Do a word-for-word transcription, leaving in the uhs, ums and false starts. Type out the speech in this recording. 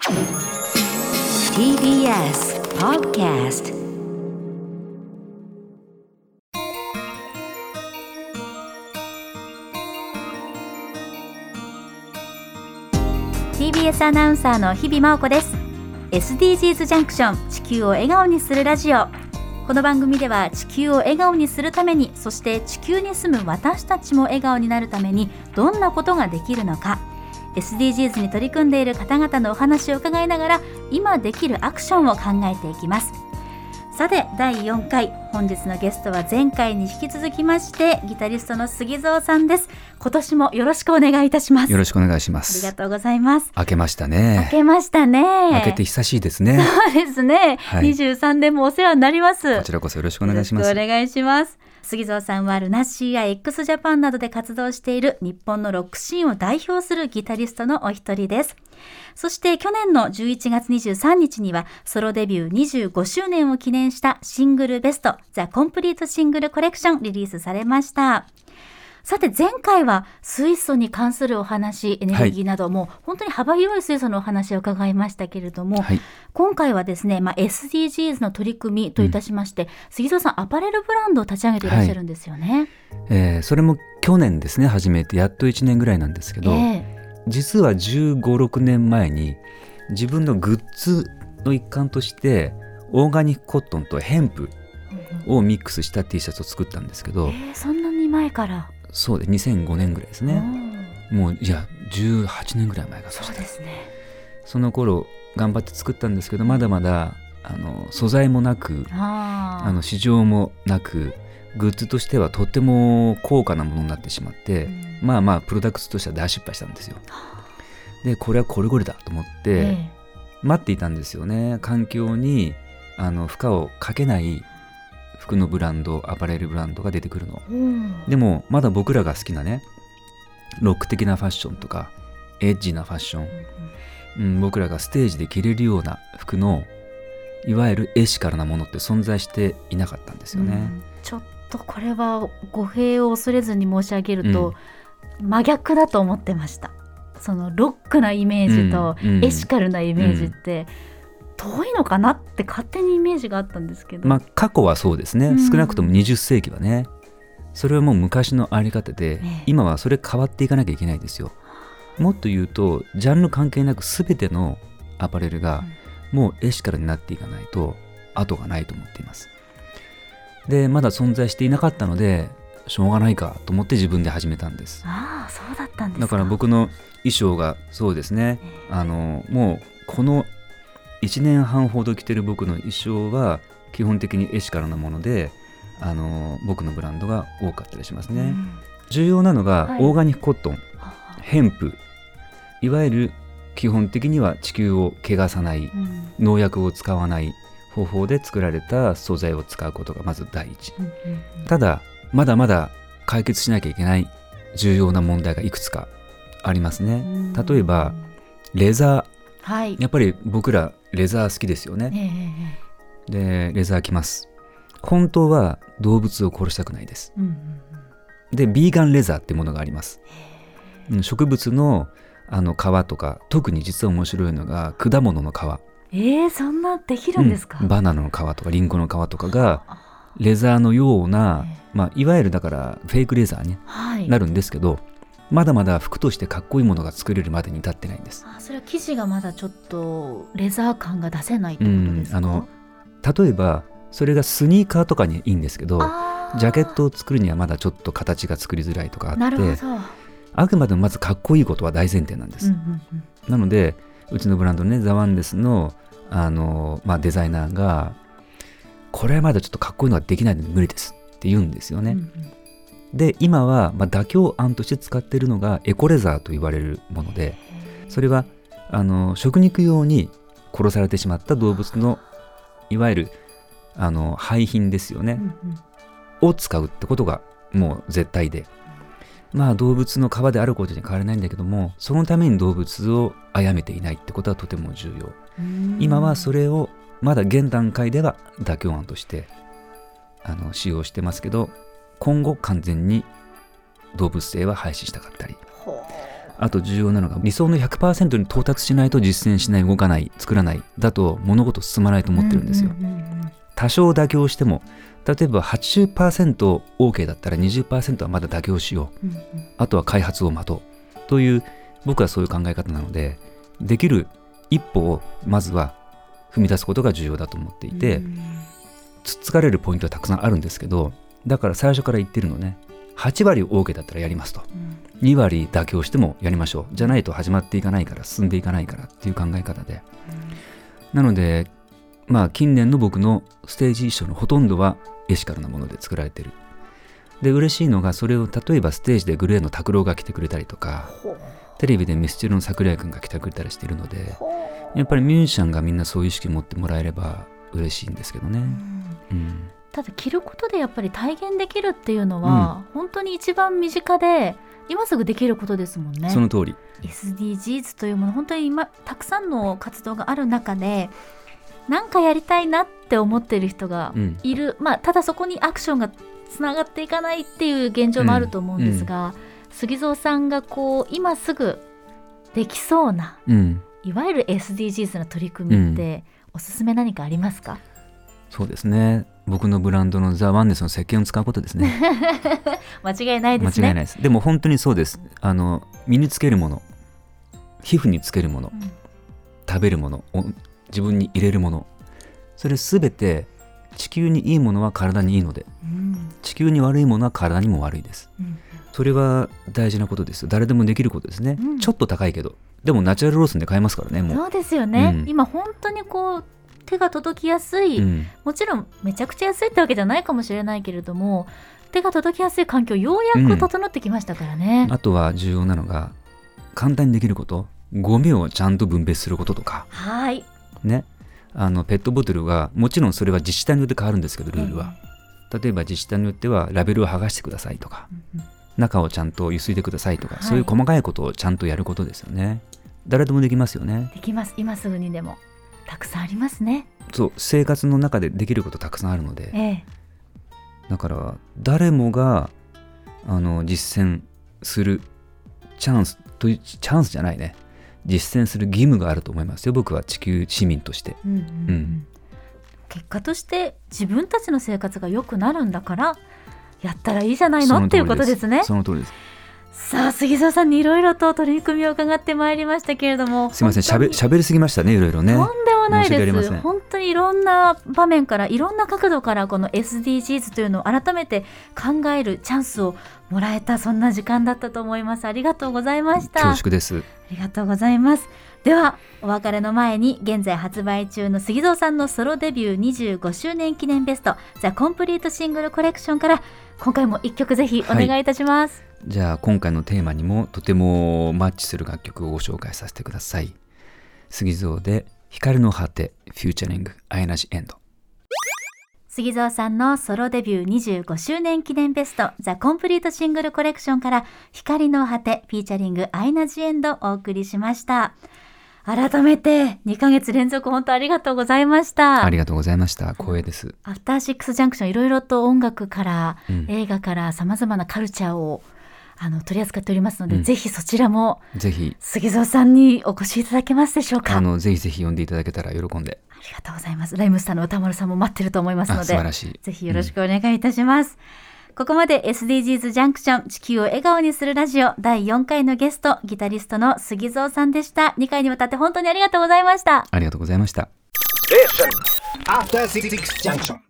ティービーエス Podcast。 ティービーエス アナウンサーの日々真央子です。 エスディージーズ ジャンクション、地球を笑顔にするラジオ。この番組では地球を笑顔にするために、そして地球に住む私たちも笑顔になるためにどんなことができるのか、 エスディージーズ に取り組んでいる方々のお話を伺いながら、今できるアクションを考えていきます。さてだいよんかい、本日のゲストは前回に引き続きましてギタリストの杉蔵さんです。今年もよろしくお願いいたします。 よろしくお願いします。 ありがとうございます。 明けましたね。 明けましたね。 明けて久しいですね。 そうですね、はい、にじゅうさんねんもお世話になります。 こちらこそよろしくお願いします。 よろしくお願いします。杉蔵さんはルナシーや x ジャパンなどで活動している日本のロックシーンを代表するギタリストのお一人です。そして去年のじゅういちがつにじゅうさんにちにはソロデビューにじゅうごしゅうねんを記念したシングルベストザ・コンプリートシングルコレクションリリースされました。さて前回は水素に関するお話、エネルギーなども、はい、本当に幅広い水素のお話を伺いましたけれども、はい、今回はですね、まあ、エスディージーズ の取り組みといたしまして、うん、杉蔵さんアパレルブランドを立ち上げていらっしゃるんですよね。はい、 えー、それも去年ですね、始めてやっといちねんぐらいなんですけど、えー、実はじゅうご、ろくねんまえに自分のグッズの一環としてオーガニックコットンとヘンプをミックスした T シャツを作ったんですけど、 えー、そんなに前から。 そうでにせんごねんぐらいですね。もういやじゅうはちねんぐらい前か。 そうですね。 その頃頑張って作ったんですけど、まだまだあの素材もなく、ああの市場もなく、グッズとしてはとても高価なものになってしまって、うん、まあまあプロダクツとしては大失敗したんですよ。でこれはこれこれだと思って、ええ、待っていたんですよね。環境にあの負荷をかけない服のブランド、アパレルブランドが出てくるの、うん、でもまだ僕らが好きなね、ロック的なファッションとかエッジなファッション、うんうん、僕らがステージで着れるような服のいわゆるエシカルなものって存在していなかったんですよね。うん、 ちょっとこれは語弊を恐れずに申し上げると、うん、真逆だと思ってました。そのロックなイメージとエシカルなイメージって、うんうん、遠いのかなって勝手にイメージがあったんですけど、 まあ、過去はそうですね、うん、少なくともにじゅっせいきはね、それはもう昔のあり方で、ええ、今はそれ変わっていかなきゃいけないですよ。もっと言うとジャンル関係なく全てのアパレルがもうエシカルになっていかないと後がないと思っています。でまだ存在していなかったのでしょうがないかと思って自分で始めたんです。 ああ、そうだったんですか。 だから僕の衣装がそうですね、えー、あのもうこのいちねんはんほど着てる僕の衣装は基本的にエシカルなもので、あの僕のブランドが多かったりしますね。うん、重要なのが、はい、オーガニックコットン、ヘンプ、いわゆる基本的には地球を汚さない、うん、農薬を使わない方法で作られた素材を使うことがまず第一、うんうんうん、ただまだまだ解決しなきゃいけない重要な問題がいくつかありますね。うん、例えばレザー、はい、やっぱり僕らレザー好きですよね。えー、でレザー着ます。本当は動物を殺したくないです。うんうんうん、でビーガンレザーってものがあります。植物のあの皮とか、特に実は面白いのが果物の皮。 えー、そんなできるんですか。 うん、バナナの皮とかリンゴの皮とかがレザーのような、まあ、いわゆるだからフェイクレザーになるんですけど、はい、まだまだ服としてかっこいいものが作れるまでに至ってないんです。 あ、それは生地がまだちょっとレザー感が出せないってことですか。 うん、あの例えばそれがスニーカーとかにいいんですけど、ジャケットを作るにはまだちょっと形が作りづらいとかあって、なるほど、あくまでもまずかっこいいことは大前提なんです。うんうんうん、なのでうちのブランドね、ザワンデスの、あの、まあ、デザイナーがこれはまだちょっとかっこいいのができないので無理ですって言うんですよね。うんうん、で今は、まあ、妥協案として使っているのがエコレザーと言われるもので、それはあの食肉用に殺されてしまった動物のいわゆるあの廃品ですよね、うんうん、を使うってことがもう絶対で、まあ動物の皮であることに変わらないんだけども、そのために動物を殺めていないってことはとても重要。今はそれをまだ現段階では妥協案としてあの使用してますけど、今後完全に動物性は廃止したかったり、 あと重要なのが理想の ひゃくパーセント に到達しないと実践しない、動かない、作らないだと物事進まないと思ってるんですよ、うんうんうんうん、多少妥協しても、例えば はちじゅっパーセントオーケー だったら にじゅっパーセント はまだ妥協しよう、うんうん、あとは開発を待とうという、僕はそういう考え方なので、できる一歩をまずは踏み出すことが重要だと思っていて、うん、つっつかれるポイントはたくさんあるんですけど、だから最初から言ってるのね、はちわり オーケー だったらやりますと、うん、にわり妥協してもやりましょう、じゃないと始まっていかないから、進んでいかないからっていう考え方で、うん、なのでまあ近年の僕のステージ衣装のほとんどはエシカルなもので作られてる。で嬉しいのが、それを例えばステージでグレーの拓郎が来てくれたりとか、テレビでミスチルの桜井くんが来てくれたりしているので、やっぱりミュージシャンがみんなそういう意識を持ってもらえれば嬉しいんですけどね、うんうん、 ただ着ることでやっぱり体現できるっていうのは、うん、本当に一番身近で今すぐできることですもんね。 その通り。 エスディージーズ というもの、本当に今たくさんの活動がある中でなんかやりたいなって思っている人がいる、うん、まあ、ただそこにアクションがつながっていかないっていう現状もあると思うんですが、うんうん、杉蔵さんがこう今すぐできそうな、うん、いわゆる エスディージーズ の取り組みって、うん、おすすめ何かありますか？ そうですね、僕のブランドのザ・ワンネスの石鹸を使うことですね間違いないですね。 間違いないです。でも本当にそうです。あの身につけるもの、皮膚につけるもの、うん、食べるもの、自分に入れるもの、それすべて地球にいいものは体にいいので、うん、地球に悪いものは体にも悪いです、うん、それは大事なことです。誰でもできることですね、うん、ちょっと高いけど、でもナチュラルローソンで買えますからね。もうそうですよね、うん、今本当にこう手が届きやすい、うん、もちろんめちゃくちゃ安いってわけじゃないかもしれないけれども、手が届きやすい環境ようやく整ってきましたからね、 うん、あとは重要なのが簡単にできること、ゴミをちゃんと分別することとか、 はいね、あのペットボトルはもちろんそれは自治体によって変わるんですけど、ルールは、えー、例えば自治体によってはラベルを剥がしてくださいとか、うんうん、中をちゃんとゆすいでくださいとか、はい、そういう細かいことをちゃんとやることですよね。誰でもできますよね。 できます。今すぐにでもたくさんありますね。 そう、生活の中でできることたくさんあるので、 ええ、 だから誰もがあの実践するチャンスというチャンスじゃないね、実践する義務があると思いますよ、僕は地球市民として、うんうんうんうん、 結果として自分たちの生活が良くなるんだからやったらいいじゃないのっていうことですね。 その通りです。 さあ杉蔵さんにいろいろと取り組みを伺ってまいりましたけれども、 すいません、しゃべ、しゃべりすぎましたね、いろいろね。 とんでもないです。本当にいろんな場面からいろんな角度からこの エスディージーズ というのを改めて考えるチャンスをもらえた、そんな時間だったと思います。ありがとうございました。 恐縮です。 ありがとうございます。ではお別れの前に、現在発売中の杉蔵さんのソロデビューにじゅうごしゅうねん記念ベストザ・コンプリートシングルコレクションから今回もいっきょくぜひお願いいたします、 はい、じゃあ今回のテーマにもとてもマッチする楽曲をご紹介させてください。杉蔵で光の果てフューチャリングアイナジエンド。 杉蔵さんのソロデビューにじゅうごしゅうねん記念ベストザ・コンプリートシングルコレクションから光の果てフィーチャリングアイナジエンドをお送りしました。改めてにかげつ連続本当ありがとうございました。 ありがとうございました。光栄です。 アフターシックスジャンクション、いろいろと音楽から、うん、映画からさまざまなカルチャーをあの取り扱っておりますので、うん、ぜひそちらもぜひ杉蔵さんにお越しいただけますでしょうか。 あのぜひぜひ呼んでいただけたら喜んで。 ありがとうございます。ライムスターの歌丸さんも待ってると思いますので、 素晴らしい。 ぜひよろしくお願いいたします、うん、ここまで エスディージーズ ジャンクション地球を笑顔にするラジオだいよんかいのゲストギタリストの杉蔵さんでした。にかいにわたって本当にありがとうございました。 ありがとうございました。 アフターシックスジャンクション。